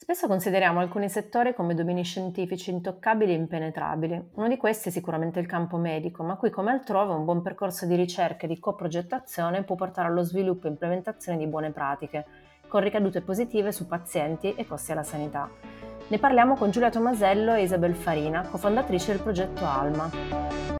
Spesso consideriamo alcuni settori come domini scientifici intoccabili e impenetrabili. Uno di questi è sicuramente il campo medico, ma qui come altrove un buon percorso di ricerca e di coprogettazione può portare allo sviluppo e implementazione di buone pratiche, con ricadute positive su pazienti e costi alla sanità. Ne parliamo con Giulia Tomasello e Isabel Farina, cofondatrici del progetto ALMA.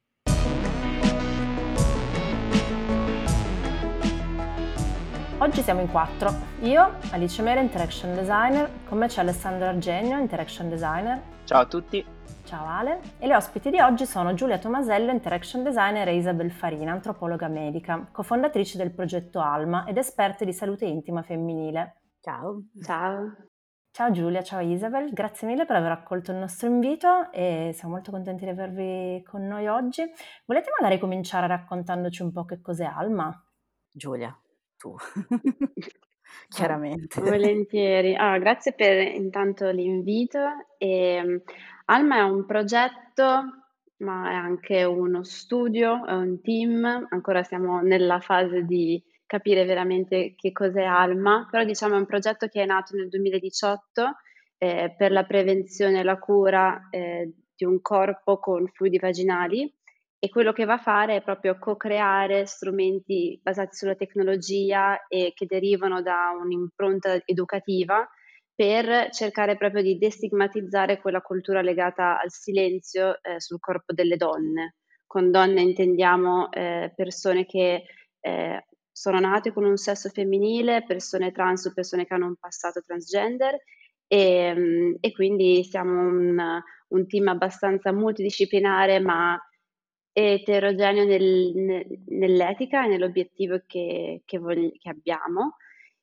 Oggi siamo in quattro. Io, Alice Mera, Interaction Designer, con me c'è Alessandro Argenio, Interaction Designer. Ciao a tutti. Ciao Ale. E le ospiti di oggi sono Giulia Tomasello, Interaction Designer, e Isabel Farina, antropologa medica, cofondatrici del progetto ALMA ed esperte di salute intima femminile. Ciao. Ciao. Ciao Giulia, ciao Isabel, grazie mille per aver accolto il nostro invito e siamo molto contenti di avervi con noi oggi. Volete magari cominciare raccontandoci un po' che cos'è ALMA? Giulia, tu. Chiaramente. Volentieri. Grazie per intanto l'invito. Alma è un progetto, ma è anche uno studio, è un team. Ancora siamo nella fase di capire veramente che cos'è Alma, però diciamo è un progetto che è nato nel 2018 per la prevenzione e la cura di un corpo con fluidi vaginali. E quello che va a fare è proprio co-creare strumenti basati sulla tecnologia e che derivano da un'impronta educativa per cercare proprio di destigmatizzare quella cultura legata al silenzio sul corpo delle donne. Con donne intendiamo persone che sono nate con un sesso femminile, persone trans o persone che hanno un passato transgender e quindi siamo un team abbastanza multidisciplinare ma eterogeneo nell'etica e nell'obiettivo che abbiamo.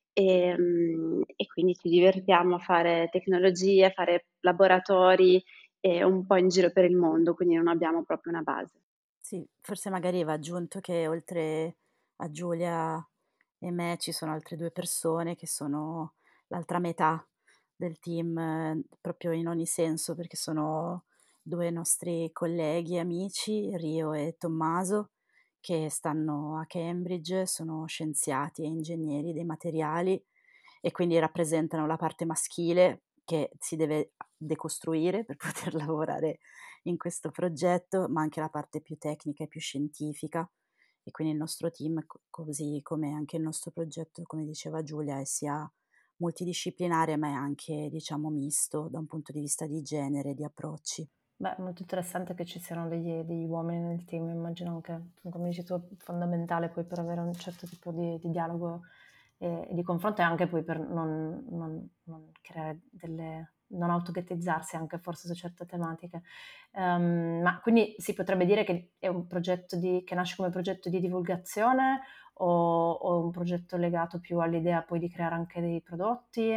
E quindi ci divertiamo a fare tecnologie, a fare laboratori un po' in giro per il mondo, quindi non abbiamo proprio una base. Sì, forse magari va aggiunto che oltre a Giulia e me ci sono altre 2 persone che sono l'altra metà del team, proprio in ogni senso, perché sono 2 nostri colleghi e amici, Rio e Tommaso, che stanno a Cambridge, sono scienziati e ingegneri dei materiali e quindi rappresentano la parte maschile che si deve decostruire per poter lavorare in questo progetto, ma anche la parte più tecnica e più scientifica. E quindi il nostro team, così come anche il nostro progetto, come diceva Giulia, è sia multidisciplinare, ma è anche, diciamo, misto da un punto di vista di genere e di approcci. Beh, molto interessante che ci siano degli uomini nel team, immagino che, come dici tu, è fondamentale poi per avere un certo tipo di dialogo e di confronto e anche poi per non creare non autoghettizzarsi anche forse su certe tematiche. Ma quindi si potrebbe dire che è un progetto che nasce come progetto di divulgazione o un progetto legato più all'idea poi di creare anche dei prodotti?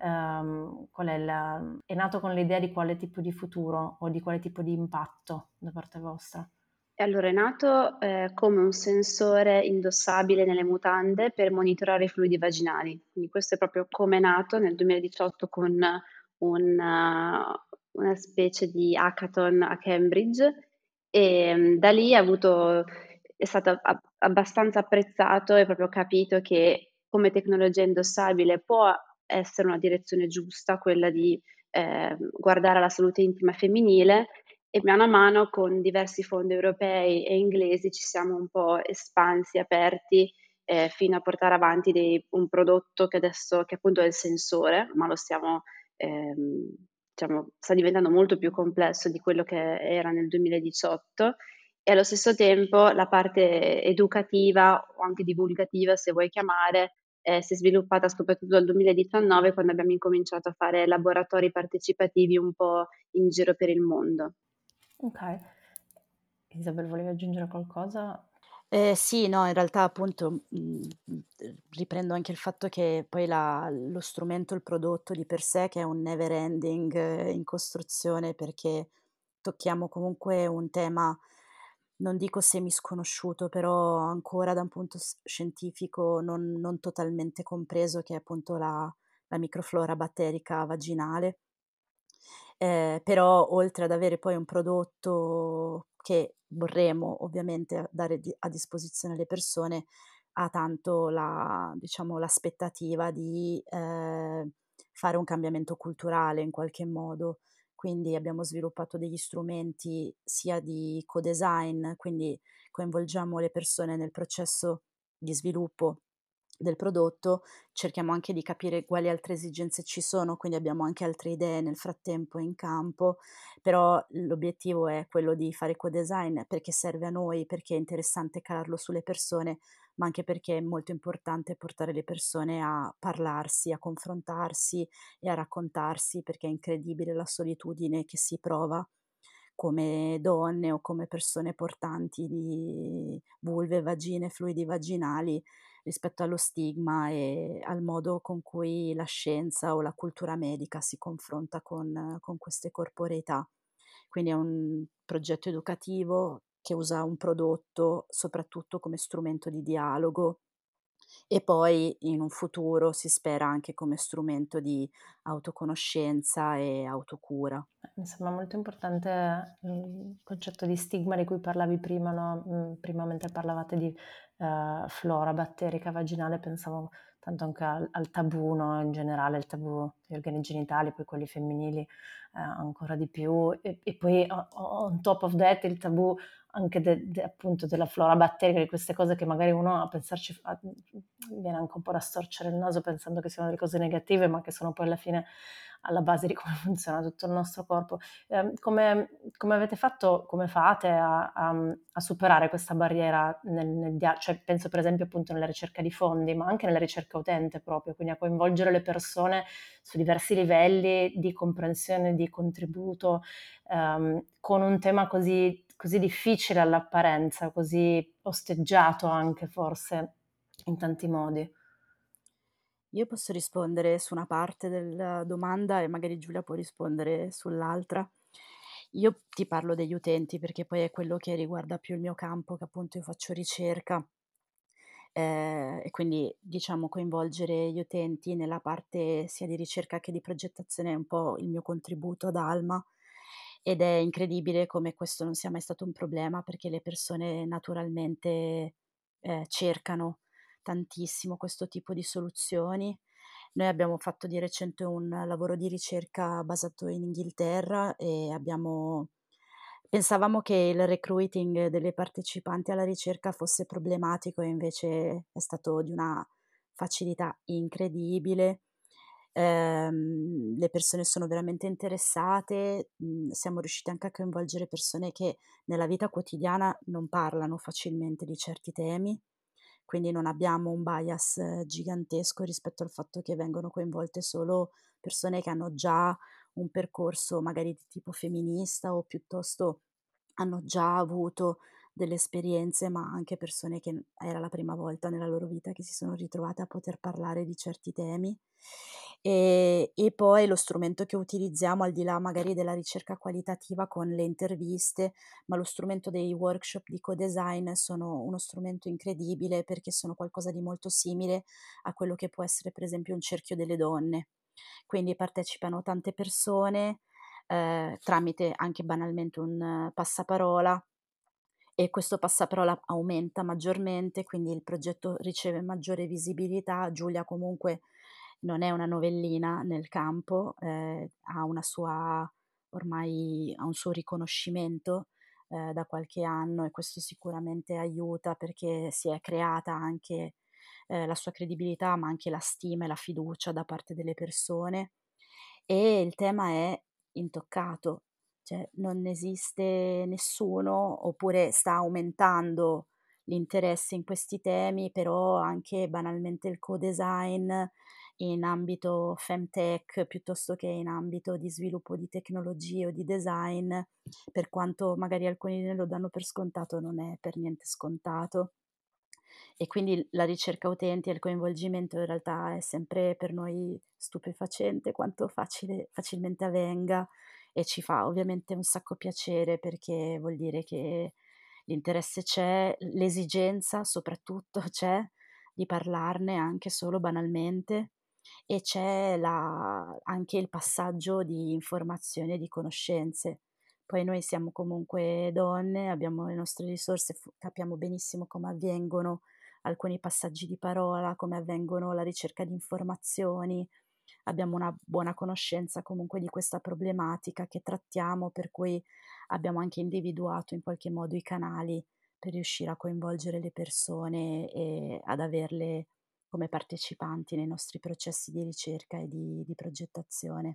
È nato con l'idea di quale tipo di futuro o di quale tipo di impatto da parte vostra? E allora è nato come un sensore indossabile nelle mutande per monitorare i fluidi vaginali. Quindi questo è proprio come è nato nel 2018 con una specie di hackathon a Cambridge e da lì è stato abbastanza apprezzato e proprio capito che come tecnologia indossabile può essere una direzione giusta, quella di guardare alla salute intima femminile e mano a mano con diversi fondi europei e inglesi ci siamo un po' espansi, aperti, fino a portare avanti un prodotto che appunto è il sensore, ma lo stiamo, diciamo, sta diventando molto più complesso di quello che era nel 2018 e allo stesso tempo la parte educativa o anche divulgativa, se vuoi chiamare, si è sviluppata soprattutto dal 2019 quando abbiamo incominciato a fare laboratori partecipativi un po' in giro per il mondo. Ok. Isabel, volevi aggiungere qualcosa? Sì, no, in realtà appunto, riprendo anche il fatto che poi lo strumento, il prodotto di per sé, che è un never ending in costruzione, perché tocchiamo comunque un tema, non dico semisconosciuto, però ancora da un punto scientifico non totalmente compreso, che è appunto la microflora batterica vaginale. Però oltre ad avere poi un prodotto che vorremmo ovviamente dare a disposizione alle persone, ha tanto diciamo l'aspettativa di, fare un cambiamento culturale in qualche modo. Quindi abbiamo sviluppato degli strumenti sia di co-design, quindi coinvolgiamo le persone nel processo di sviluppo del prodotto, cerchiamo anche di capire quali altre esigenze ci sono, quindi abbiamo anche altre idee nel frattempo in campo, però l'obiettivo è quello di fare co-design perché serve a noi, perché è interessante calarlo sulle persone, ma anche perché è molto importante portare le persone a parlarsi, a confrontarsi e a raccontarsi, perché è incredibile la solitudine che si prova come donne o come persone portanti di vulve, vagine, fluidi vaginali rispetto allo stigma e al modo con cui la scienza o la cultura medica si confronta con queste corporeità. Quindi è un progetto educativo che usa un prodotto soprattutto come strumento di dialogo e poi in un futuro si spera anche come strumento di autoconoscenza e autocura. Mi sembra molto importante il concetto di stigma di cui parlavi prima, no? Prima mentre parlavate di flora batterica vaginale, pensavo tanto anche al tabù, no? In generale, il tabù degli organi genitali, poi quelli femminili ancora di più, e poi on top of that il tabù anche appunto della flora batterica, di queste cose che magari uno a pensarci viene anche un po' da storcere il naso pensando che siano delle cose negative, ma che sono poi alla fine alla base di come funziona tutto il nostro corpo. Come avete fatto, come fate a superare questa barriera cioè penso per esempio appunto nella ricerca di fondi, ma anche nella ricerca utente proprio, quindi a coinvolgere le persone su diversi livelli di comprensione, di contributo, con un tema così difficile all'apparenza, così osteggiato anche forse in tanti modi. Io posso rispondere su una parte della domanda e magari Giulia può rispondere sull'altra. Io ti parlo degli utenti perché poi è quello che riguarda più il mio campo, che appunto io faccio ricerca, e quindi diciamo coinvolgere gli utenti nella parte sia di ricerca che di progettazione è un po' il mio contributo ad Alma ed è incredibile come questo non sia mai stato un problema perché le persone naturalmente, cercano tantissimo questo tipo di soluzioni. Noi abbiamo fatto di recente un lavoro di ricerca basato in Inghilterra e pensavamo che il recruiting delle partecipanti alla ricerca fosse problematico e invece è stato di una facilità incredibile. Le persone sono veramente interessate, siamo riusciti anche a coinvolgere persone che nella vita quotidiana non parlano facilmente di certi temi, quindi non abbiamo un bias gigantesco rispetto al fatto che vengono coinvolte solo persone che hanno già un percorso magari di tipo femminista o piuttosto hanno già avuto delle esperienze, ma anche persone che era la prima volta nella loro vita che si sono ritrovate a poter parlare di certi temi. E poi lo strumento che utilizziamo, al di là magari della ricerca qualitativa con le interviste, ma lo strumento dei workshop di co-design sono uno strumento incredibile perché sono qualcosa di molto simile a quello che può essere per esempio un cerchio delle donne. Quindi partecipano tante persone, tramite anche banalmente un passaparola e questo passaparola aumenta maggiormente, quindi il progetto riceve maggiore visibilità. Giulia comunque non è una novellina nel campo, ha una sua ormai ha un suo riconoscimento, da qualche anno e questo sicuramente aiuta perché si è creata anche, la sua credibilità, ma anche la stima e la fiducia da parte delle persone. E il tema è intoccato, cioè non esiste nessuno, oppure sta aumentando l'interesse in questi temi, però anche banalmente il co-design in ambito femtech piuttosto che in ambito di sviluppo di tecnologie o di design, per quanto magari alcuni lo danno per scontato, non è per niente scontato. E quindi la ricerca utenti e il coinvolgimento in realtà è sempre per noi stupefacente quanto facilmente avvenga e ci fa ovviamente un sacco piacere perché vuol dire che l'interesse c'è, l'esigenza soprattutto c'è di parlarne anche solo banalmente e c'è anche il passaggio di informazioni e di conoscenze. Poi noi siamo comunque donne, abbiamo le nostre risorse, capiamo benissimo come avvengono alcuni passaggi di parola, come avvengono la ricerca di informazioni abbiamo una buona conoscenza comunque di questa problematica che trattiamo, per cui abbiamo anche individuato in qualche modo i canali per riuscire a coinvolgere le persone e ad averle come partecipanti nei nostri processi di ricerca e di progettazione.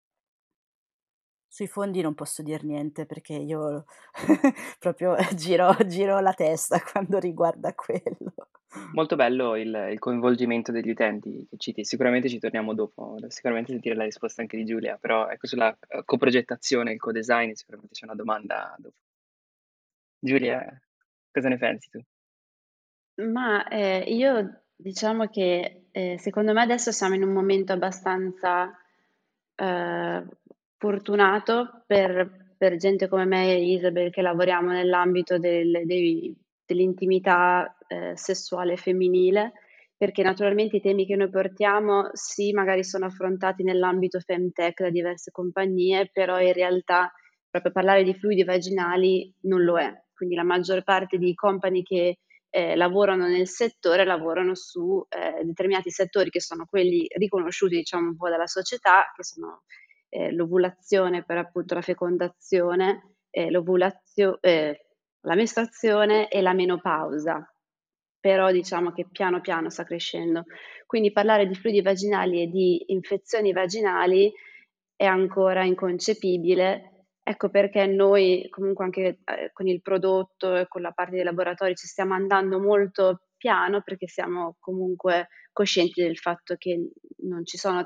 Sui fondi non posso dir niente perché io proprio giro la testa quando riguarda quello. Molto bello il coinvolgimento degli utenti che citi, sicuramente ci torniamo dopo, voglio sicuramente sentire la risposta anche di Giulia, però ecco sulla coprogettazione, il co-design sicuramente c'è una domanda dopo. Giulia, cosa ne pensi tu? Ma, io diciamo che, secondo me adesso siamo in un momento abbastanza, ehm, fortunato per gente come me e Isabel che lavoriamo nell'ambito dell'intimità, sessuale femminile, perché naturalmente i temi che noi portiamo, sì, magari sono affrontati nell'ambito Femtech da diverse compagnie, però in realtà proprio parlare di fluidi vaginali non lo è. Quindi la maggior parte di company che lavorano nel settore, lavorano su determinati settori che sono quelli riconosciuti, diciamo, un po' dalla società, che sono l'ovulazione per appunto la fecondazione, la mestruazione e la menopausa. Però diciamo che piano piano sta crescendo. Quindi parlare di fluidi vaginali e di infezioni vaginali è ancora inconcepibile. Ecco perché noi comunque anche, con il prodotto e con la parte dei laboratori ci stiamo andando molto piano, perché siamo comunque coscienti del fatto che non ci sono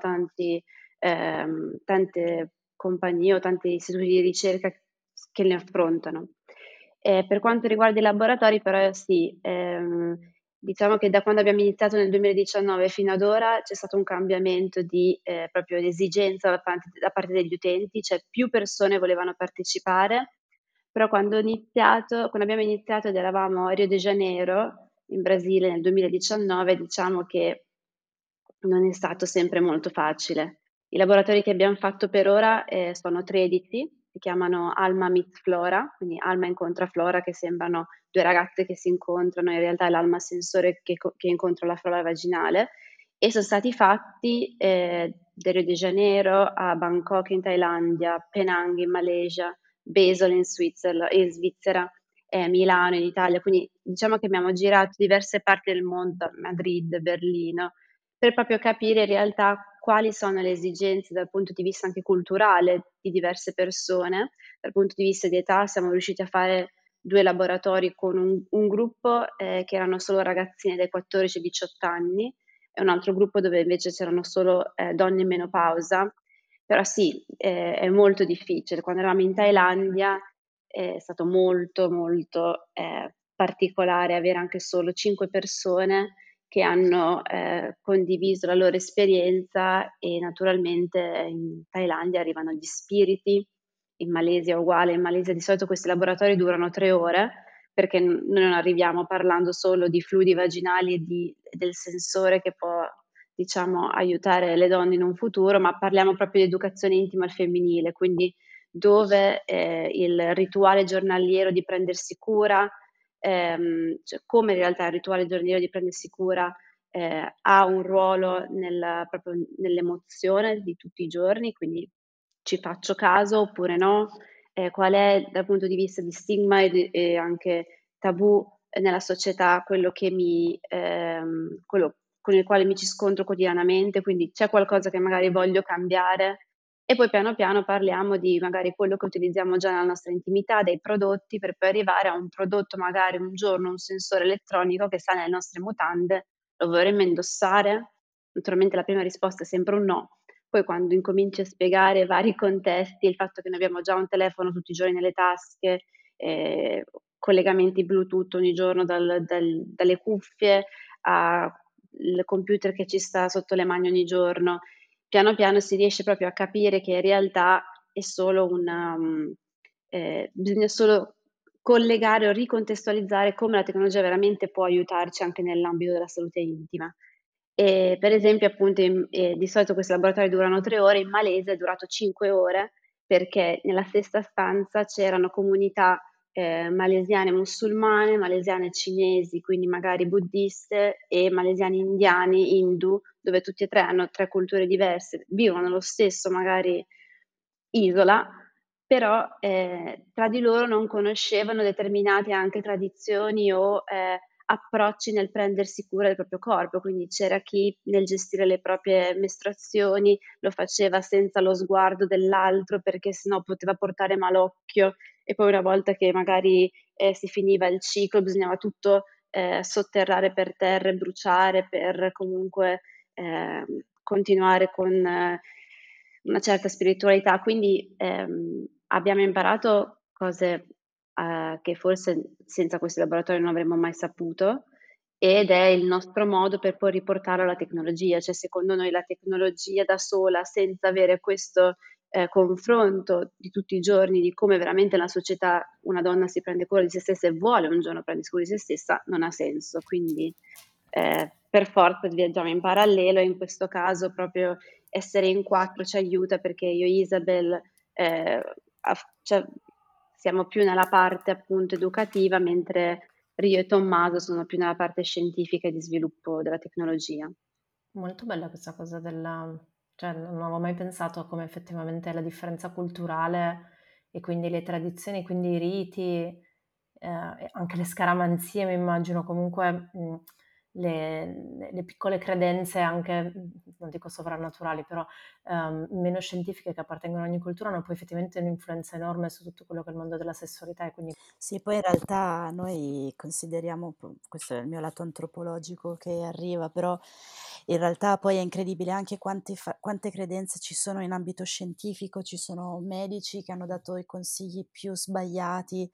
tante compagnie o tanti istituti di ricerca che ne affrontano. Per quanto riguarda i laboratori però sì, diciamo che da quando abbiamo iniziato nel 2019 fino ad ora c'è stato un cambiamento di proprio di esigenza da parte degli utenti, cioè più persone volevano partecipare, però quando abbiamo iniziato ed eravamo a Rio de Janeiro, in Brasile nel 2019, diciamo che non è stato sempre molto facile. I laboratori che abbiam fatto per ora, sono 13, si chiamano Alma Meets Flora, quindi Alma incontra Flora, che sembrano 2 ragazze che si incontrano, in realtà è l'alma sensore che incontra la flora vaginale, e son stati fatti, da Rio de Janeiro a Bangkok in Thailandia, Penang in Malesia, Basel in Svizzera, Milano in Italia, quindi diciamo che abbiamo girato diverse parti del mondo, Madrid, Berlino, per proprio capire in realtà quali sono le esigenze dal punto di vista anche culturale di diverse persone. Dal punto di vista di età siamo riusciti a fare 2 laboratori con un gruppo, che erano solo ragazzine dai 14 ai 18 anni e un altro gruppo dove invece c'erano solo, donne in menopausa. Però sì, è molto difficile. Quando eravamo in Thailandia è stato molto, molto, particolare avere anche solo 5 persone che hanno, condiviso la loro esperienza e naturalmente in Thailandia arrivano gli spiriti, in Malesia uguale, in Malesia di solito questi laboratori durano 3 ore, perché noi non arriviamo parlando solo di fluidi vaginali e del sensore che può, diciamo, aiutare le donne in un futuro, ma parliamo proprio di educazione intima al femminile, quindi dove, il rituale giornaliero di prendersi cura, cioè come in realtà il rituale giornaliero di prendersi cura, ha un ruolo proprio nell'emozione di tutti i giorni, quindi ci faccio caso oppure no, qual è dal punto di vista di stigma e anche tabù nella società quello con il quale mi ci scontro quotidianamente, quindi c'è qualcosa che magari voglio cambiare e poi piano piano parliamo di magari quello che utilizziamo già nella nostra intimità, dei prodotti, per poi arrivare a un prodotto, magari un giorno un sensore elettronico che sta nelle nostre mutande, lo vorremmo indossare? Naturalmente la prima risposta è sempre un no. Poi quando incominci a spiegare vari contesti, il fatto che noi abbiamo già un telefono tutti i giorni nelle tasche, collegamenti Bluetooth ogni giorno dalle cuffie a il computer che ci sta sotto le mani ogni giorno, piano piano si riesce proprio a capire che in realtà è solo bisogna solo collegare o ricontestualizzare come la tecnologia veramente può aiutarci anche nell'ambito della salute intima. Per esempio appunto di solito questi laboratori durano 3 ore, in Malesia è durato 5 ore, perché nella stessa stanza c'erano comunità malesiane musulmane, malesiane cinesi, quindi magari buddiste, e malesiani indiani, hindu, dove tutti e tre hanno tre culture diverse, vivono nello stesso magari isola, però tra di loro non conoscevano determinate anche tradizioni o approcci nel prendersi cura del proprio corpo, quindi c'era chi nel gestire le proprie mestruazioni lo faceva senza lo sguardo dell'altro perché sennò poteva portare malocchio, e poi una volta che magari si finiva il ciclo bisognava tutto sotterrare per terra e bruciare per comunque continuare con una certa spiritualità. Quindi abbiamo imparato cose che forse senza questi laboratori non avremmo mai saputo, ed è il nostro modo per poi riportarlo alla tecnologia. Cioè, secondo noi la tecnologia da sola, senza avere questo confronto di tutti i giorni di come veramente nella società una donna si prende cura di se stessa e vuole un giorno prendersi cura di se stessa, non ha senso. Quindi per forza viaggiamo in parallelo, e in questo caso proprio essere in quattro ci aiuta, perché io e Isabel cioè, siamo più nella parte appunto educativa, mentre Rio e Tommaso sono più nella parte scientifica e di sviluppo della tecnologia. Molto bella questa cosa della, cioè non avevo mai pensato a come effettivamente la differenza culturale e quindi le tradizioni, quindi i riti, e anche le scaramanzie, mi immagino, comunque le piccole credenze anche, non dico sovrannaturali, però meno scientifiche, che appartengono a ogni cultura, hanno poi effettivamente un'influenza enorme su tutto quello che è il mondo della sessualità e quindi Sì, poi in realtà noi consideriamo, questo è il mio lato antropologico che arriva, però in realtà poi è incredibile anche quante credenze ci sono in ambito scientifico, ci sono medici che hanno dato i consigli più sbagliati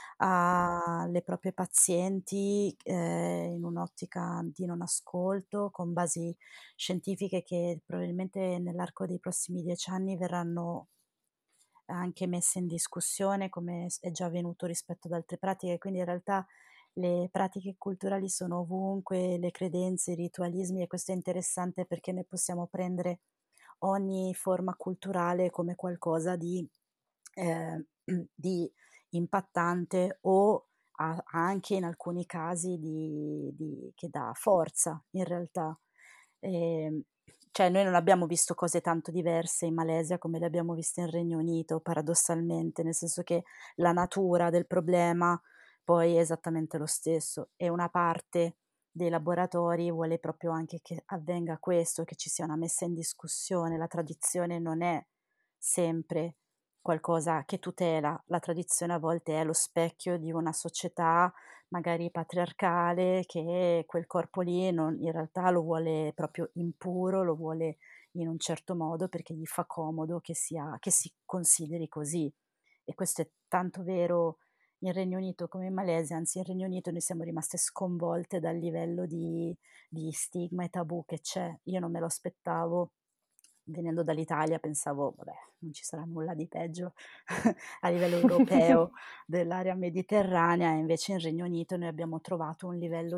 alle proprie pazienti in un'ottica di non ascolto, con basi scientifiche che probabilmente nell'arco dei prossimi 10 anni verranno anche messe in discussione, come è già avvenuto rispetto ad altre pratiche. Quindi in realtà le pratiche culturali sono ovunque, le credenze, i ritualismi, e questo è interessante perché noi possiamo prendere ogni forma culturale come qualcosa di, eh, di impattante, o anche in alcuni casi che dà forza in realtà. Ehm, cioè noi non abbiamo visto cose tanto diverse in Malesia come le abbiamo viste in Regno Unito, paradossalmente, nel senso che la natura del problema poi è esattamente lo stesso, e una parte dei laboratori vuole proprio anche che avvenga questo, che ci sia una messa in discussione. La tradizione non è sempre qualcosa che tutela, la tradizione a volte è lo specchio di una società magari patriarcale, che quel corpo lì in realtà lo vuole proprio impuro, lo vuole in un certo modo perché gli fa comodo che si consideri così. E questo è tanto vero in Regno Unito come in Malesia, anzi in Regno Unito noi siamo rimaste sconvolte dal livello di stigma e tabù che c'è. Io non me lo aspettavo. Venendo dall'Italia pensavo, vabbè, non ci sarà nulla di peggio a livello europeo dell'area mediterranea, e invece in Regno Unito noi abbiamo trovato un livello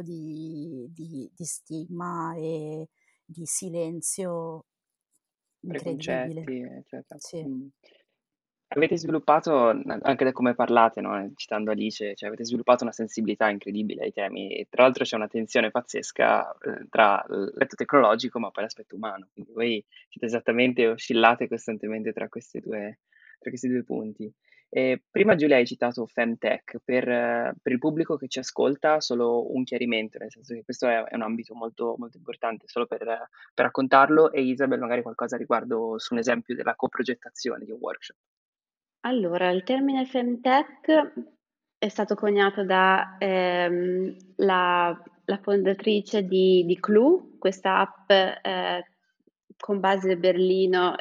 di stigma e di silenzio incredibile. preconcetti, eccetera. Sì. Avete sviluppato, anche da come parlate, no, citando Alice, cioè avete sviluppato una sensibilità incredibile ai temi, e tra l'altro c'è una tensione pazzesca tra l'aspetto tecnologico ma poi l'aspetto umano, quindi voi siete esattamente, oscillate costantemente tra questi due punti. E prima Giulia hai citato Femtech, per il pubblico che ci ascolta solo un chiarimento, nel senso che questo è un ambito molto, molto importante, solo per raccontarlo, e Isabel magari qualcosa riguardo su un esempio della coprogettazione di un workshop. Allora, il termine Femtech è stato coniato da la fondatrice di Clue, questa app con base a Berlino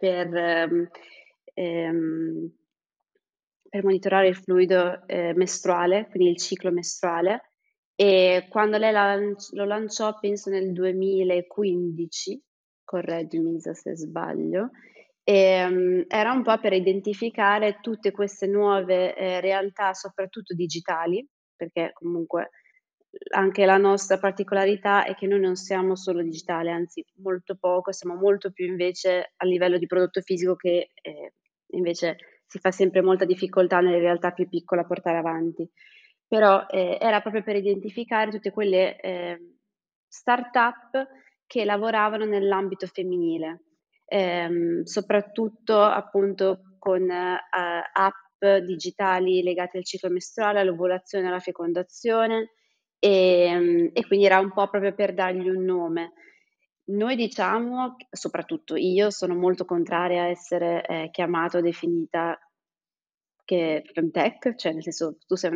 ehm, per monitorare il fluido mestruale, quindi il ciclo mestruale. E quando lei lo lanciò, penso nel 2015, correggimi Isa se sbaglio, era un po' per identificare tutte queste nuove realtà, soprattutto digitali, perché comunque anche la nostra particolarità è che noi non siamo solo digitali, anzi molto poco, siamo molto più invece a livello di prodotto fisico, che invece si fa sempre molta difficoltà nelle realtà più piccole a portare avanti. Però era proprio per identificare tutte quelle start-up che lavoravano nell'ambito femminile, soprattutto appunto con app digitali legate al ciclo mestruale, all'ovulazione e alla fecondazione, e quindi era un po' proprio per dargli un nome. Noi diciamo, soprattutto io, sono molto contraria a essere chiamata o definita che femtech, cioè nel senso tu sei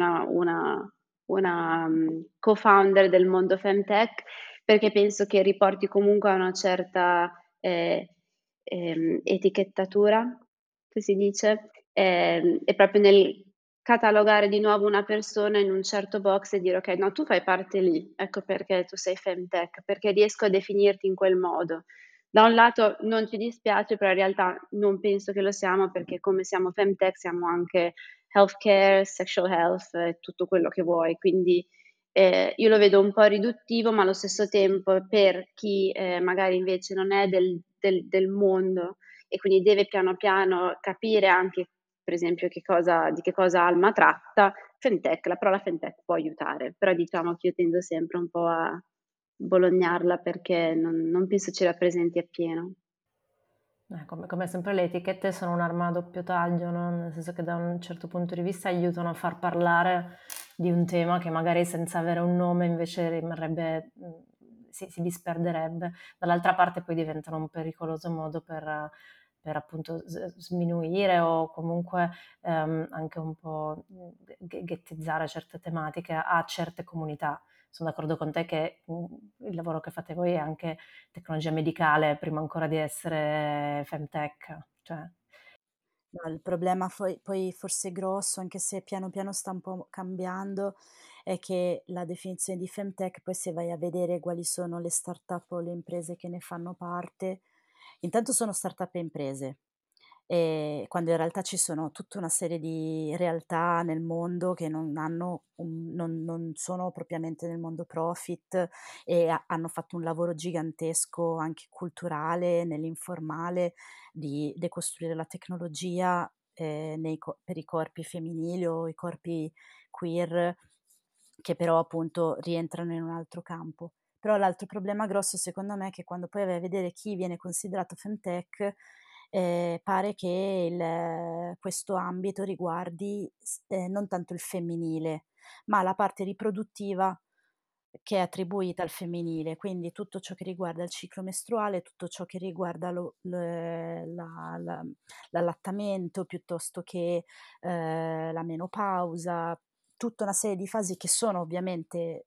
una co-founder del mondo femtech, perché penso che riporti comunque a una certa etichettatura, che si dice, e proprio nel catalogare di nuovo una persona in un certo box e dire ok, no, tu fai parte lì, ecco perché tu sei femtech, perché riesco a definirti in quel modo. Da un lato non ci dispiace, però in realtà non penso che lo siamo, perché come siamo femtech siamo anche healthcare, sexual health, tutto quello che vuoi. Quindi io lo vedo un po' riduttivo, ma allo stesso tempo per chi magari invece non è del mondo e quindi deve piano piano capire anche, per esempio, di che cosa Alma tratta, femtech, la parola femtech può aiutare, però diciamo che io tendo sempre un po' a bolognarla perché non penso ci rappresenti appieno. Come sempre le etichette sono un'arma a doppio taglio, no? Nel senso che da un certo punto di vista aiutano a far parlare di un tema che magari senza avere un nome invece rimarrebbe, si disperderebbe. Dall'altra parte poi diventano un pericoloso modo per appunto sminuire o comunque anche un po' ghettizzare certe tematiche a certe comunità. Sono d'accordo con te che il lavoro che fate voi è anche tecnologia medicale prima ancora di essere femtech, cioè. No, il problema poi forse grosso, anche se piano piano sta un po' cambiando, è che la definizione di femtech, poi se vai a vedere quali sono le start-up o le imprese che ne fanno parte, intanto sono start-up e imprese, quando in realtà ci sono tutta una serie di realtà nel mondo che non sono propriamente nel mondo profit e hanno fatto un lavoro gigantesco anche culturale, nell'informale, di decostruire la tecnologia, per i corpi femminili o i corpi queer, che però appunto rientrano in un altro campo. Però l'altro problema grosso secondo me è che quando poi vai a vedere chi viene considerato femtech, pare che questo ambito riguardi non tanto il femminile, ma la parte riproduttiva che è attribuita al femminile, quindi tutto ciò che riguarda il ciclo mestruale, tutto ciò che riguarda l'allattamento, piuttosto che la menopausa, tutta una serie di fasi che sono ovviamente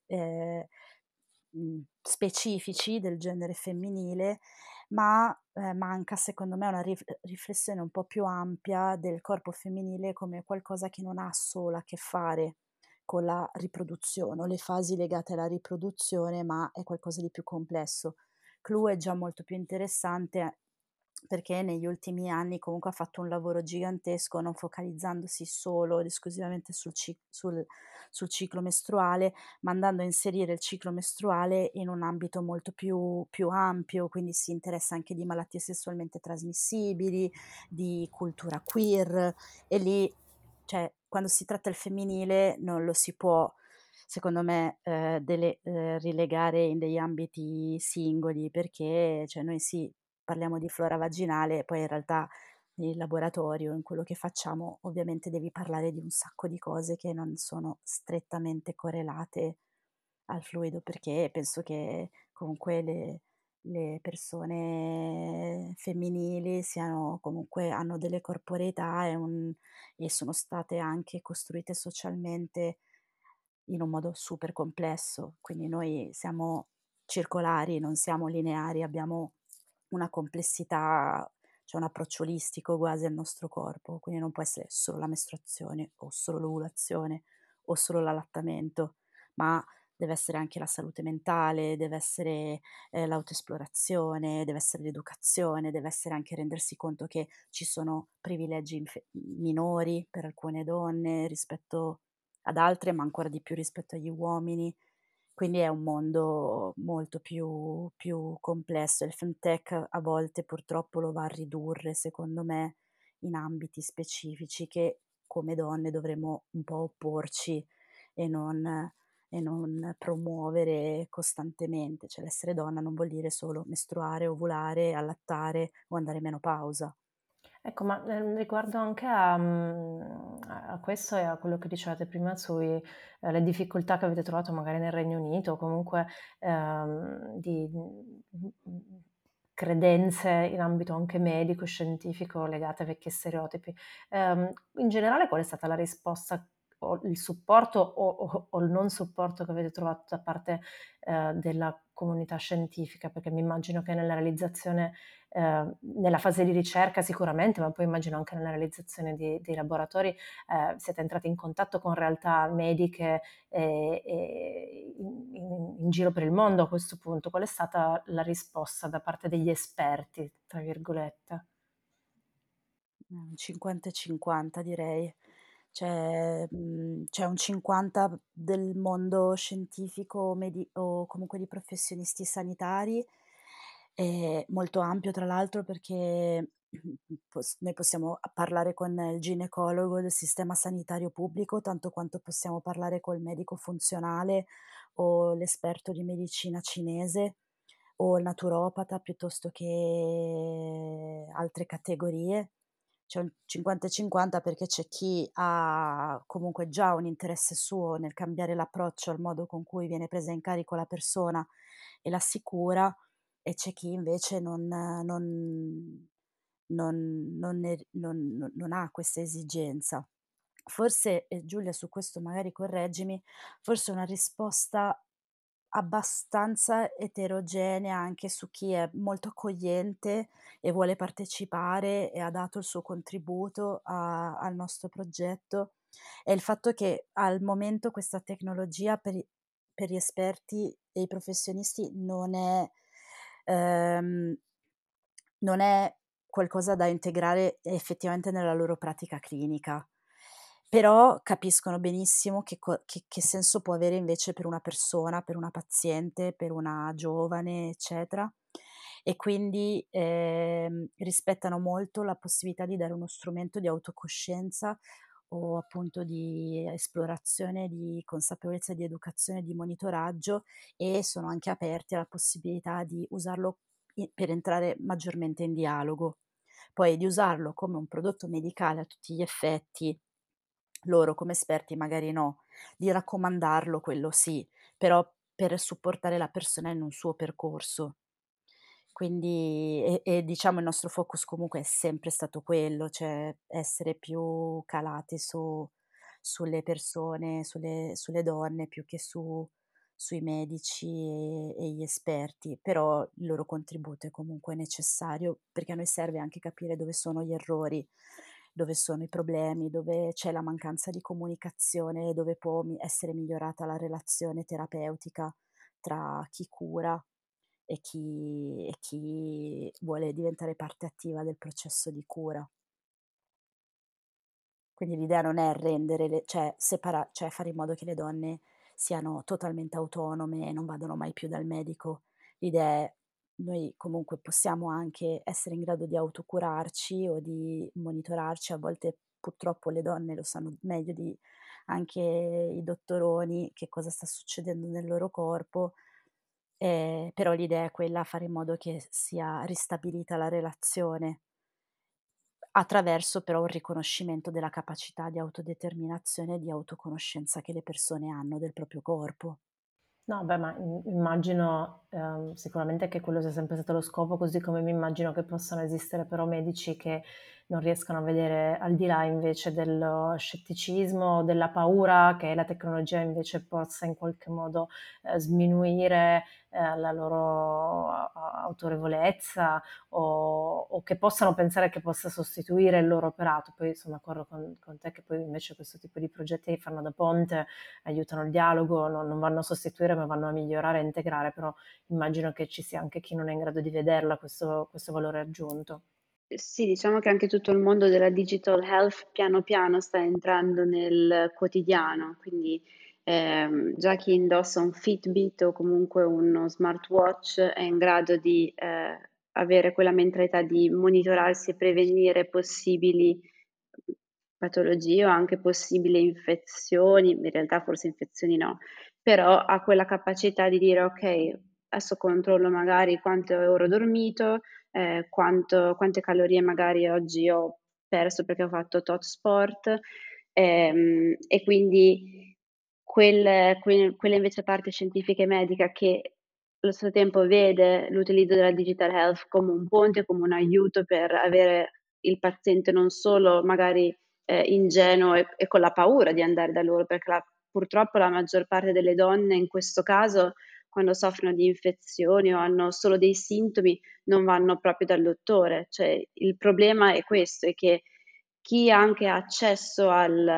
specifici del genere femminile, ma manca secondo me una riflessione un po' più ampia del corpo femminile come qualcosa che non ha solo a che fare con la riproduzione o le fasi legate alla riproduzione, ma è qualcosa di più complesso. Clue è già molto più interessante perché negli ultimi anni comunque ha fatto un lavoro gigantesco, non focalizzandosi solo ed esclusivamente sul ciclo mestruale, ma andando a inserire il ciclo mestruale in un ambito molto più ampio, quindi si interessa anche di malattie sessualmente trasmissibili, di cultura queer, e lì, cioè, quando si tratta il femminile non lo si può, secondo me, rilegare in degli ambiti singoli, perché cioè noi sì, parliamo di flora vaginale, poi in realtà in laboratorio, in quello che facciamo, ovviamente devi parlare di un sacco di cose che non sono strettamente correlate al fluido, perché penso che comunque le persone femminili siano comunque hanno delle corporeità e sono state anche costruite socialmente in un modo super complesso. Quindi noi siamo circolari, non siamo lineari, abbiamo una complessità, cioè un approccio olistico quasi al nostro corpo, quindi non può essere solo la mestruazione o solo l'ovulazione o solo l'allattamento, ma deve essere anche la salute mentale, deve essere l'autoesplorazione, deve essere l'educazione, deve essere anche rendersi conto che ci sono privilegi minori per alcune donne rispetto ad altre, ma ancora di più rispetto agli uomini. Quindi è un mondo molto più complesso. Il femtech a volte purtroppo lo va a ridurre, secondo me, in ambiti specifici che come donne dovremmo un po' opporci e non promuovere costantemente. Cioè l'essere donna non vuol dire solo mestruare, ovulare, allattare o andare in menopausa. Ecco, ma, riguardo anche a questo e a quello che dicevate prima sui le difficoltà che avete trovato magari nel Regno Unito o comunque, di, credenze in ambito anche medico, scientifico legate a vecchi stereotipi. In generale qual è stata la risposta o il supporto o il non supporto che avete trovato da parte, della comunità scientifica? Perché mi immagino che nella realizzazione nella fase di ricerca sicuramente, ma poi immagino anche nella realizzazione dei laboratori, siete entrati in contatto con realtà mediche, in giro per il mondo a questo punto. Qual è stata la risposta da parte degli "esperti", tra virgolette? Un 50 e 50 direi. C'è un 50 del mondo scientifico o comunque di professionisti sanitari, molto ampio tra l'altro perché noi possiamo parlare con il ginecologo del sistema sanitario pubblico, tanto quanto possiamo parlare col medico funzionale o l'esperto di medicina cinese o il naturopata piuttosto che altre categorie. C'è un 50 e 50 perché c'è chi ha comunque già un interesse suo nel cambiare l'approccio al modo con cui viene presa in carico la persona e la si cura, e c'è chi invece non ha questa esigenza. Forse, e Giulia su questo magari correggimi, forse una risposta abbastanza eterogenea anche su chi è molto accogliente e vuole partecipare e ha dato il suo contributo al nostro progetto, è il fatto che al momento questa tecnologia per gli esperti e i professionisti ehm, non è qualcosa da integrare effettivamente nella loro pratica clinica. Però capiscono benissimo che senso può avere invece per una persona, per una paziente, per una giovane, eccetera. E quindi, rispettano molto la possibilità di dare uno strumento di autocoscienza o appunto di esplorazione, di consapevolezza, di educazione, di monitoraggio, e sono anche aperti alla possibilità di usarlo per entrare maggiormente in dialogo. Poi di usarlo come un prodotto medicale a tutti gli effetti, loro come esperti magari no, di raccomandarlo quello sì, però per supportare la persona in un suo percorso. Quindi diciamo il nostro focus comunque è sempre stato quello, cioè essere più calati sulle persone, sulle donne più che sui medici e gli esperti, però il loro contributo è comunque necessario, perché a noi serve anche capire dove sono gli errori, dove sono i problemi, dove c'è la mancanza di comunicazione, dove può essere migliorata la relazione terapeutica tra chi cura e chi vuole diventare parte attiva del processo di cura. Quindi l'idea non è rendere cioè fare in modo che le donne siano totalmente autonome e non vadano mai più dal medico. L'idea è: noi comunque possiamo anche essere in grado di autocurarci o di monitorarci, a volte purtroppo le donne lo sanno meglio di anche i dottoroni che cosa sta succedendo nel loro corpo, però l'idea è quella, fare in modo che sia ristabilita la relazione. Attraverso però un riconoscimento della capacità di autodeterminazione e di autoconoscenza che le persone hanno del proprio corpo. No, beh, ma immagino, sicuramente che quello sia sempre stato lo scopo, così come mi immagino che possano esistere però medici che non riescano a vedere al di là invece dello scetticismo, della paura che la tecnologia invece possa in qualche modo, sminuire, la loro autorevolezza o che possano pensare che possa sostituire il loro operato. Poi sono d'accordo con te che poi invece questo tipo di progetti fanno da ponte, aiutano il dialogo, non vanno a sostituire ma vanno a migliorare e integrare, però immagino che ci sia anche chi non è in grado di vederla questo valore aggiunto. Sì, diciamo che anche tutto il mondo della digital health piano piano sta entrando nel quotidiano, quindi già chi indossa un Fitbit o comunque uno smartwatch è in grado di avere quella mentalità di monitorarsi e prevenire possibili patologie o anche possibili infezioni, in realtà forse infezioni no, però ha quella capacità di dire: "Okay, adesso controllo magari quante ore ho dormito, quante calorie magari oggi ho perso perché ho fatto tot sport", e quindi quella invece parte scientifica e medica che allo stesso tempo vede l'utilizzo della digital health come un ponte, come un aiuto per avere il paziente non solo magari, ingenuo e con la paura di andare da loro, perché purtroppo la maggior parte delle donne in questo caso, quando soffrono di infezioni o hanno solo dei sintomi, non vanno proprio dal dottore. Cioè, il problema è questo, è che chi anche ha accesso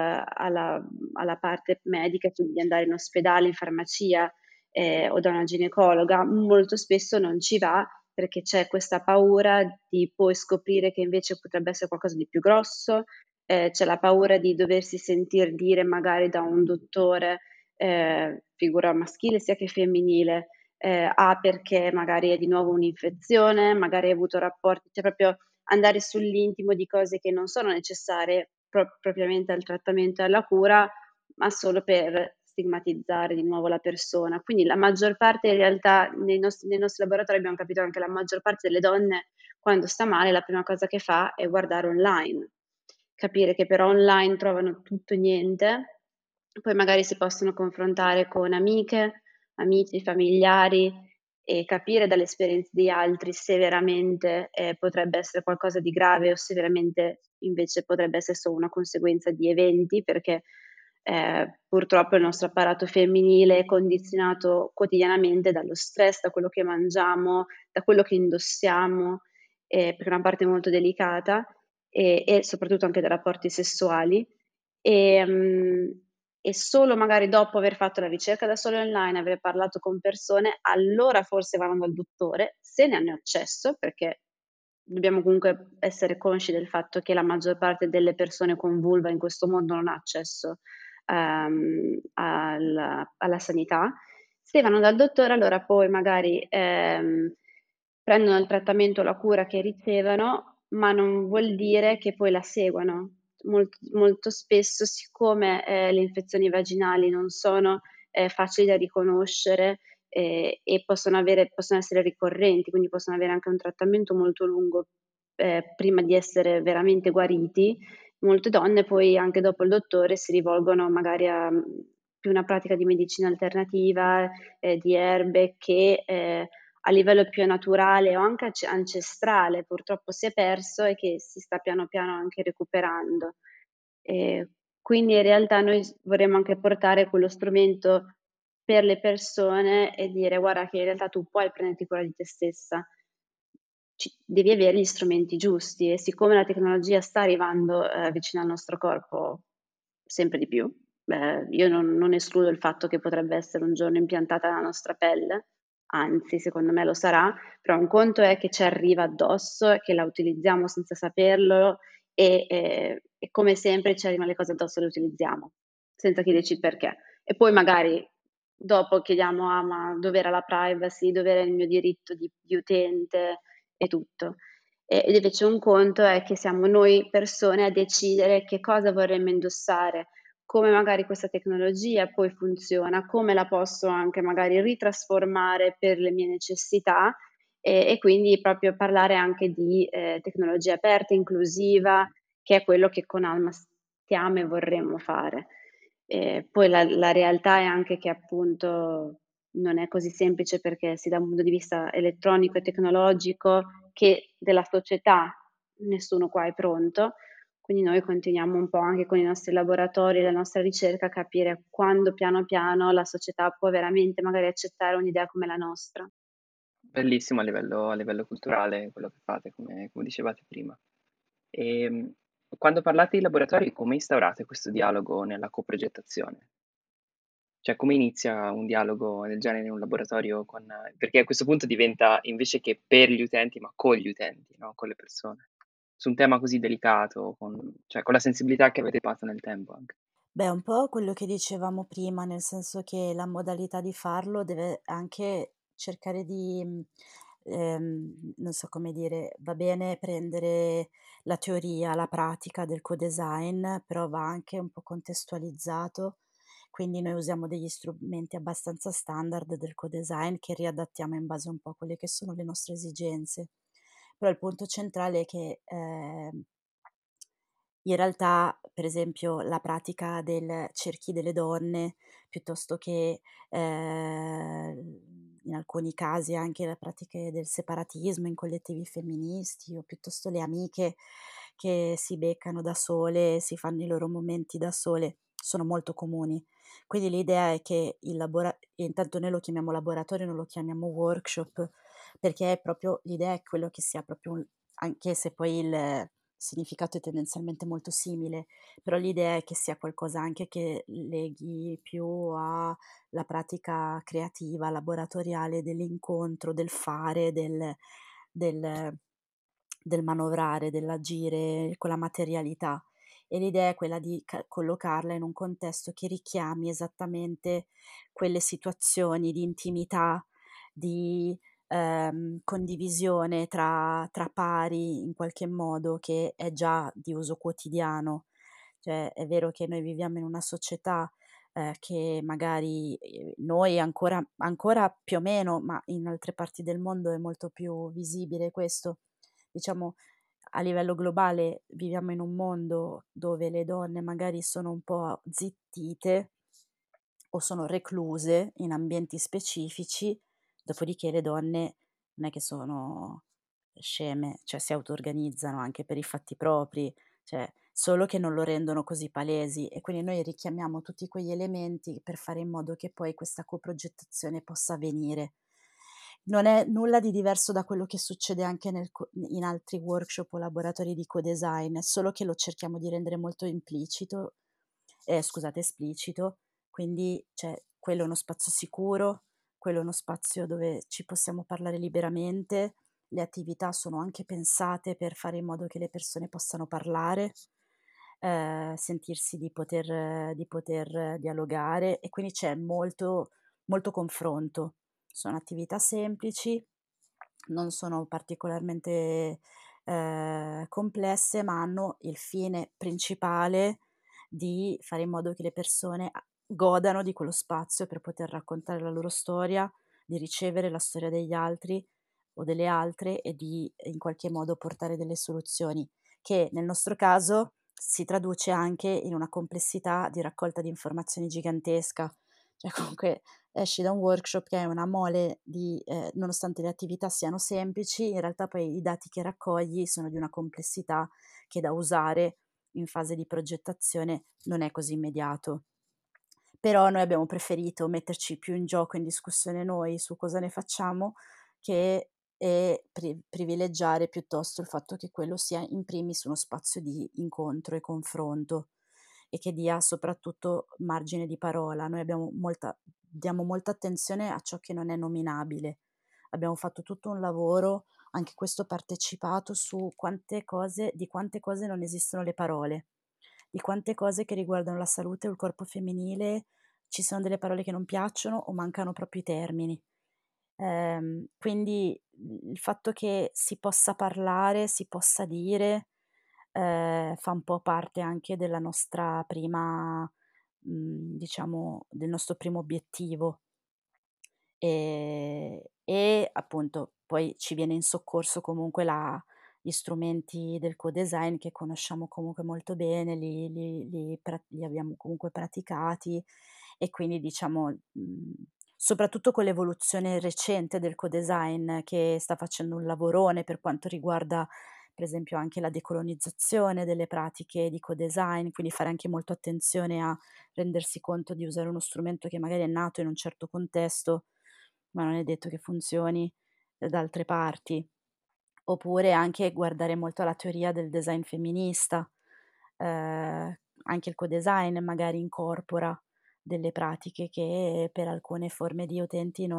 alla parte medica, quindi di andare in ospedale, in farmacia, o da una ginecologa, molto spesso non ci va perché c'è questa paura di poi scoprire che invece potrebbe essere qualcosa di più grosso, c'è la paura di doversi sentir dire magari da un dottore, figura maschile sia che femminile, perché magari è di nuovo un'infezione, magari hai avuto rapporti, cioè proprio andare sull'intimo di cose che non sono necessarie propriamente al trattamento e alla cura, ma solo per stigmatizzare di nuovo la persona. Quindi la maggior parte in realtà nei nostri laboratori abbiamo capito che la maggior parte delle donne quando sta male la prima cosa che fa è guardare online, capire che però online trovano tutto e niente, poi magari si possono confrontare con amiche, amici, familiari e capire dalle esperienze di altri se veramente, potrebbe essere qualcosa di grave o se veramente invece potrebbe essere solo una conseguenza di eventi, perché, purtroppo il nostro apparato femminile è condizionato quotidianamente dallo stress, da quello che mangiamo, da quello che indossiamo, perché è una parte molto delicata, e soprattutto anche dai rapporti sessuali. Ehm, e solo magari dopo aver fatto la ricerca da sole online, aver parlato con persone, allora forse vanno dal dottore, se ne hanno accesso, perché dobbiamo comunque essere consci del fatto che la maggior parte delle persone con vulva in questo mondo non ha accesso, alla sanità. Se vanno dal dottore allora poi magari, prendono il trattamento o la cura che ricevono, ma non vuol dire che poi la seguano. Molto spesso siccome, le infezioni vaginali non sono, facili da riconoscere, e possono essere ricorrenti, quindi possono avere anche un trattamento molto lungo, prima di essere veramente guariti, molte donne poi anche dopo il dottore si rivolgono magari a, più una pratica di medicina alternativa, di erbe che, a livello più naturale o anche ancestrale purtroppo si è perso e che si sta piano piano anche recuperando. Ehm, quindi in realtà noi vorremmo anche portare quello strumento per le persone e dire: "Guarda che in realtà tu puoi prenderti cura di te stessa, devi avere gli strumenti giusti", e siccome la tecnologia sta arrivando, vicino al nostro corpo sempre di più, io non escludo il fatto che potrebbe essere un giorno impiantata nella nostra pelle, anzi secondo me lo sarà, però un conto è che ci arriva addosso e che la utilizziamo senza saperlo e come sempre ci arrivano le cose addosso e le utilizziamo, senza chiederci il perché. E poi magari dopo chiediamo: "Ah, ma dov'era la privacy? Dov'era il mio diritto di utente?" E tutto. Ed invece un conto è che siamo noi persone a decidere che cosa vorremmo indossare, come magari questa tecnologia poi funziona, come la posso anche magari ritrasformare per le mie necessità e quindi proprio parlare anche di, tecnologia aperta, inclusiva, che è quello che con Alma stiamo e vorremmo fare. Poi la realtà è anche che appunto non è così semplice perché sì, da un punto di vista elettronico e tecnologico che della società nessuno qua è pronto, quindi noi continuiamo un po' anche con i nostri laboratori e la nostra ricerca a capire quando piano piano la società può veramente magari accettare un'idea come la nostra. Bellissimo a livello culturale quello che fate, come dicevate prima. Ehm, Quando parlate di laboratori, come instaurate questo dialogo nella coprogettazione? Cioè, come inizia un dialogo del genere in un laboratorio con perché a questo punto diventa invece che per gli utenti, ma con gli utenti, no, con le persone. Su un tema così delicato, con la sensibilità che avete fatto nel tempo anche. Beh, un po' quello che dicevamo prima, nel senso che la modalità di farlo deve anche cercare di non so come dire, va bene prendere la teoria, la pratica del co-design, però va anche un po' contestualizzato, quindi noi usiamo degli strumenti abbastanza standard del co-design che riadattiamo in base un po' a quelle che sono le nostre esigenze. Però il punto centrale è che in realtà, per esempio, la pratica del cerchi delle donne, piuttosto che in alcuni casi anche le pratiche del separatismo in collettivi femministi o piuttosto le amiche che si beccano da sole, si fanno i loro momenti da sole, sono molto comuni. Quindi l'idea è che intanto noi lo chiamiamo laboratorio, non lo chiamiamo workshop, perché è proprio l'idea è quello che sia proprio anche se poi il significato è tendenzialmente molto simile, però l'idea è che sia qualcosa anche che leghi più alla pratica creativa, laboratoriale dell'incontro, del fare, del del manovrare, dell'agire con la materialità. E l'idea è quella di collocarla in un contesto che richiami esattamente quelle situazioni di intimità, di condivisione tra pari in qualche modo che è già di uso quotidiano. Cioè è vero che noi viviamo in una società che magari noi ancora più o meno, ma in altre parti del mondo è molto più visibile questo. Diciamo a livello globale viviamo in un mondo dove le donne magari sono un po' zittite o sono recluse in ambienti specifici, dopodiché le donne non è che sono sceme, cioè si auto-organizzano anche per i fatti propri, cioè solo che non lo rendono così palesi e quindi noi richiamiamo tutti quegli elementi per fare in modo che poi questa coprogettazione possa avvenire. Non è nulla di diverso da quello che succede anche in altri workshop o laboratori di co-design, solo che lo cerchiamo di rendere molto esplicito, quindi cioè, quello è uno spazio sicuro, quello è uno spazio dove ci possiamo parlare liberamente, le attività sono anche pensate per fare in modo che le persone possano parlare, sentirsi di poter dialogare e quindi c'è molto, molto confronto. Sono attività semplici, non sono particolarmente complesse, ma hanno il fine principale di fare in modo che le persone godano di quello spazio per poter raccontare la loro storia, di ricevere la storia degli altri o delle altre e di in qualche modo portare delle soluzioni, che nel nostro caso si traduce anche in una complessità di raccolta di informazioni gigantesca. Cioè comunque esci da un workshop che è una mole di nonostante le attività siano semplici, in realtà poi i dati che raccogli sono di una complessità che da usare in fase di progettazione non è così immediato. Però noi abbiamo preferito metterci più in gioco, in discussione noi su cosa ne facciamo, che privilegiare piuttosto il fatto che quello sia in primis uno spazio di incontro e confronto e che dia soprattutto margine di parola. Noi diamo molta attenzione a ciò che non è nominabile. Abbiamo fatto tutto un lavoro, anche questo partecipato, su di quante cose non esistono le parole, di quante cose che riguardano la salute o il corpo femminile ci sono delle parole che non piacciono o mancano proprio i termini. Quindi il fatto che si possa parlare, si possa dire, fa un po' parte anche della nostra prima diciamo del nostro primo obiettivo. E appunto poi ci viene in soccorso comunque gli strumenti del co-design che conosciamo comunque molto bene, li abbiamo comunque praticati e quindi diciamo, soprattutto con l'evoluzione recente del co-design che sta facendo un lavorone per quanto riguarda per esempio anche la decolonizzazione delle pratiche di co-design, quindi fare anche molto attenzione a rendersi conto di usare uno strumento che magari è nato in un certo contesto, ma non è detto che funzioni da altre parti. Oppure anche guardare molto alla teoria del design femminista. Anche il co-design magari incorpora delle pratiche che per alcune forme di utenti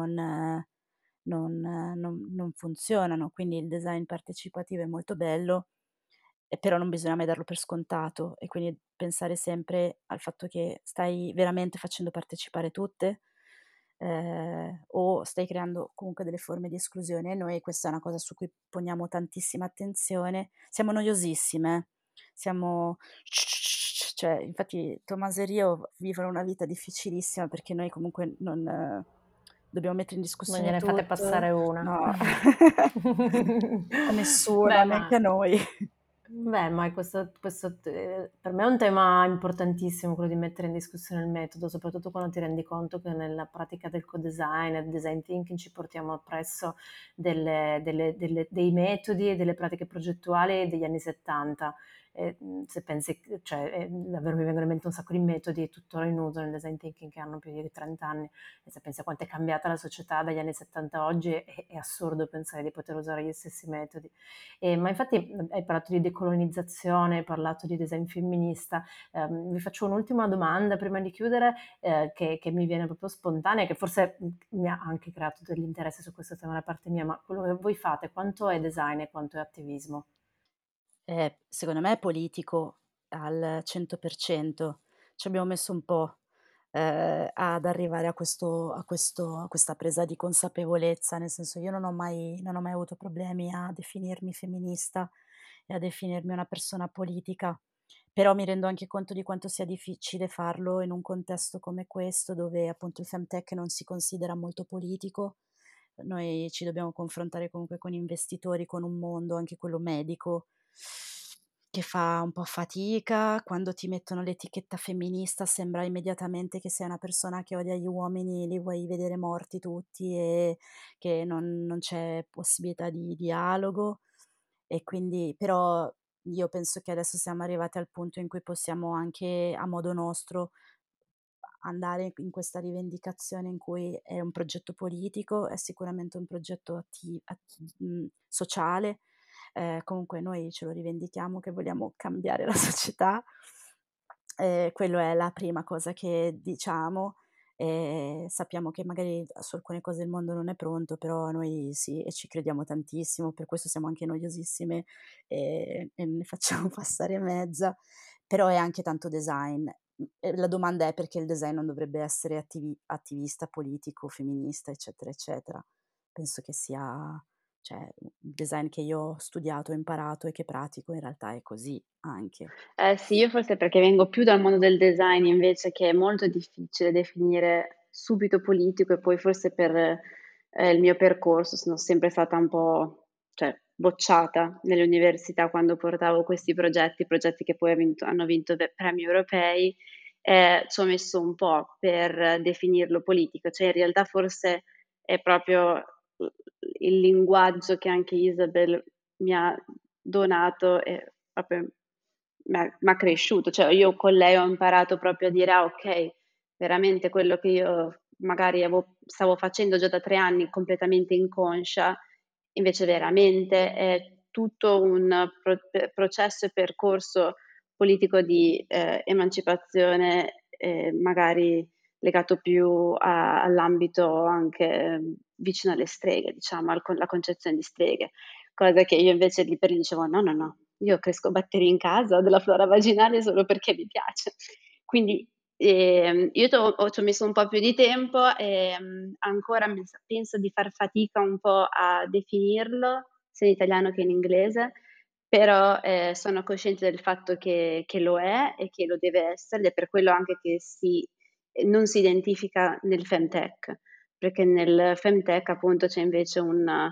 non funzionano. Quindi il design partecipativo è molto bello, però non bisogna mai darlo per scontato e quindi pensare sempre al fatto che stai veramente facendo partecipare tutte, o stai creando comunque delle forme di esclusione. E noi questa è una cosa su cui poniamo tantissima attenzione. Siamo noiosissime, siamo cioè infatti Tommaso e io vivono una vita difficilissima perché noi comunque non dobbiamo mettere in Non discussione gliene fate tutto. passare una. No, a nessuno, Beh, neanche a noi. ma per me è un tema importantissimo quello di mettere in discussione il metodo, soprattutto quando ti rendi conto che nella pratica del co-design e del design thinking ci portiamo appresso dei metodi e delle pratiche progettuali degli anni 70. Se pensi, cioè, davvero mi vengono in mente un sacco di metodi tuttora in uso nel design thinking che hanno più di 30 anni, e se pensi a quanto è cambiata la società dagli anni 70 a oggi è assurdo pensare di poter usare gli stessi metodi. Ma infatti hai parlato di decolonizzazione, hai parlato di design femminista. Vi faccio un'ultima domanda prima di chiudere, che mi viene proprio spontanea, che forse mi ha anche creato dell'interesse su questo tema da parte mia, ma quello che voi fate, quanto è design e quanto è attivismo? Secondo me è politico al 100%. Ci abbiamo messo un po', ad arrivare a questa presa di consapevolezza, nel senso io non ho mai avuto problemi a definirmi femminista e a definirmi una persona politica, però mi rendo anche conto di quanto sia difficile farlo in un contesto come questo, dove appunto il femtech non si considera molto politico. Noi ci dobbiamo confrontare comunque con investitori, con un mondo, anche quello medico, che fa un po' fatica. Quando ti mettono l'etichetta femminista sembra immediatamente che sei una persona che odia gli uomini, li vuoi vedere morti tutti e che non c'è possibilità di dialogo. E quindi però io penso che adesso siamo arrivati al punto in cui possiamo anche a modo nostro andare in questa rivendicazione in cui è un progetto politico, è sicuramente un progetto sociale. Comunque noi ce lo rivendichiamo che vogliamo cambiare la società, quello è la prima cosa che diciamo. Sappiamo che magari su alcune cose il mondo non è pronto, però noi sì e ci crediamo tantissimo, per questo siamo anche noiosissime, e ne facciamo passare mezza, però è anche tanto design. E la domanda è: perché il design non dovrebbe essere attivista, politico, femminista, eccetera, eccetera. Penso che sia, cioè, il design che io ho studiato, ho imparato e che pratico in realtà è così anche. Eh sì, io forse perché vengo più dal mondo del design invece, che è molto difficile definire subito politico, e poi forse per il mio percorso sono sempre stata un po', cioè, bocciata nelle università quando portavo questi progetti che poi hanno vinto premi europei. Ci ho messo un po' per definirlo politico, cioè in realtà forse è proprio il linguaggio che anche Isabel mi ha donato, e proprio m'ha cresciuto. Cioè io con lei ho imparato proprio a dire: "Ah okay, veramente quello che io magari stavo facendo già da 3 anni completamente inconscia, invece veramente è tutto un processo e percorso politico di, emancipazione, magari legato più all'ambito anche, vicino alle streghe, diciamo, la concezione di streghe." Cosa che io invece lì per lì dicevo: "No, no, no, io cresco batteri in casa, ho della flora vaginale solo perché mi piace." Quindi, io ci ho messo un po' più di tempo, ancora penso di far fatica un po' a definirlo, sia in italiano che in inglese, però, sono cosciente del fatto che lo è e che lo deve essere, ed è per quello anche che non si identifica nel femtech, perché nel femtech appunto c'è invece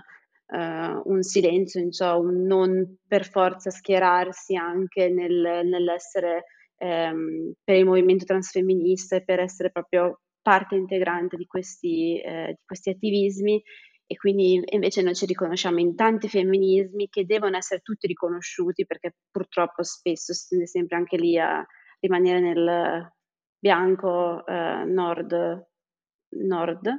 un silenzio in ciò, un non per forza schierarsi anche nell'essere, per il movimento transfemminista e per essere proprio parte integrante di questi attivismi. E quindi invece noi ci riconosciamo in tanti femminismi che devono essere tutti riconosciuti, perché purtroppo spesso si tende sempre anche lì a rimanere nel bianco, nord.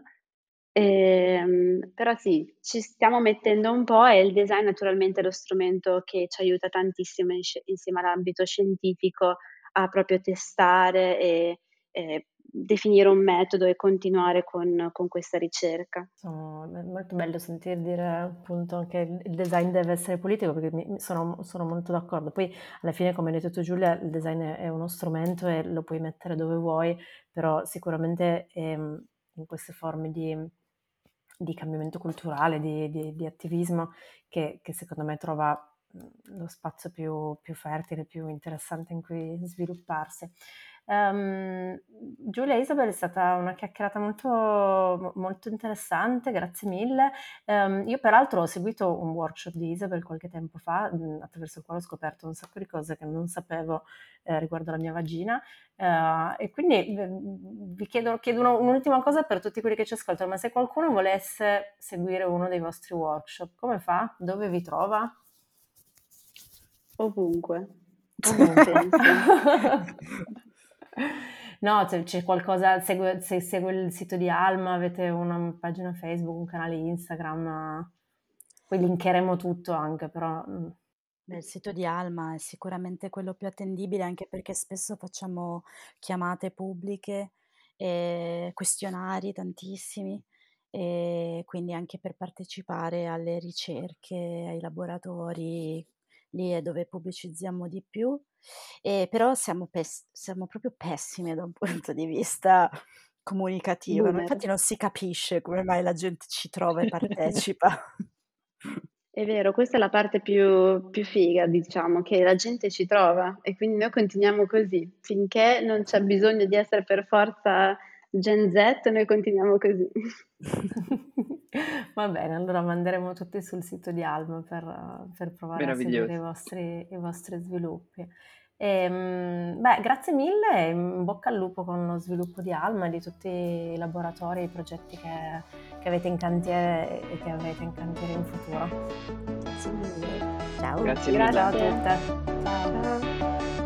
Però sì, ci stiamo mettendo un po', e il design naturalmente è lo strumento che ci aiuta tantissimo insieme all'ambito scientifico a proprio testare e definire un metodo e continuare con questa ricerca. È molto bello sentir dire appunto che il design deve essere politico, perché sono molto d'accordo. Poi alla fine, come hai detto tu Giulia, il design è uno strumento e lo puoi mettere dove vuoi, però sicuramente in queste forme di cambiamento culturale, di attivismo che secondo me trova lo spazio più fertile, più interessante in cui svilupparsi. Giulia e Isabel, è stata una chiacchierata molto interessante, grazie mille. Io peraltro ho seguito un workshop di Isabel qualche tempo fa, attraverso il quale ho scoperto un sacco di cose che non sapevo riguardo la mia vagina, e quindi vi chiedo un'ultima cosa per tutti quelli che ci ascoltano: ma se qualcuno volesse seguire uno dei vostri workshop, come fa? Dove vi trova? Ovunque. Ovunque. Penso. No, c'è qualcosa, se segue il sito di Alma, avete una pagina Facebook, un canale Instagram, poi linkeremo tutto anche, però... Beh, il sito di Alma è sicuramente quello più attendibile, anche perché spesso facciamo chiamate pubbliche e questionari tantissimi, e quindi anche per partecipare alle ricerche, ai laboratori, lì è dove pubblicizziamo di più. Però siamo proprio pessime da un punto di vista comunicativo, no, Boomer. infatti non si capisce come mai la gente ci trova e partecipa. È vero, questa è la parte più figa, diciamo, che la gente ci trova e quindi noi continuiamo così. Finché non c'è bisogno di essere per forza Gen Z, noi continuiamo così. Va bene, allora manderemo tutti sul sito di Alma per provare a seguire Meraviglioso. i vostri sviluppi. Beh, grazie mille e in bocca al lupo con lo sviluppo di Alma e di tutti i laboratori e i progetti che avete in cantiere e che avrete in cantiere in futuro. Grazie mille. Ciao. Grazie mille. Ciao a Grazie. tutte. Ciao. Ciao.